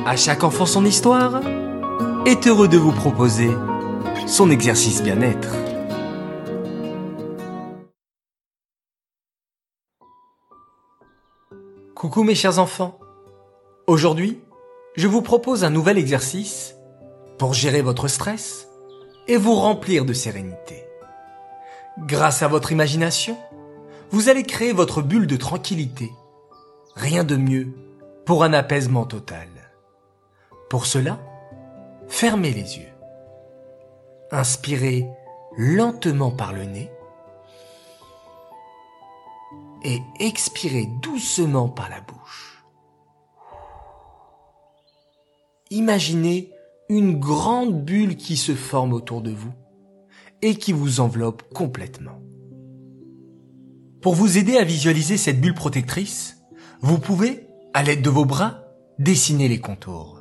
À chaque enfant son histoire est heureux de vous proposer son exercice bien-être. Coucou mes chers enfants. Aujourd'hui, je vous propose un nouvel exercice pour gérer votre stress et vous remplir de sérénité. Grâce à votre imagination, vous allez créer votre bulle de tranquillité. Rien de mieux pour un apaisement total. Pour cela, fermez les yeux. Inspirez lentement par le nez et expirez doucement par la bouche. Imaginez une grande bulle qui se forme autour de vous et qui vous enveloppe complètement. Pour vous aider à visualiser cette bulle protectrice, vous pouvez, à l'aide de vos bras, dessiner les contours.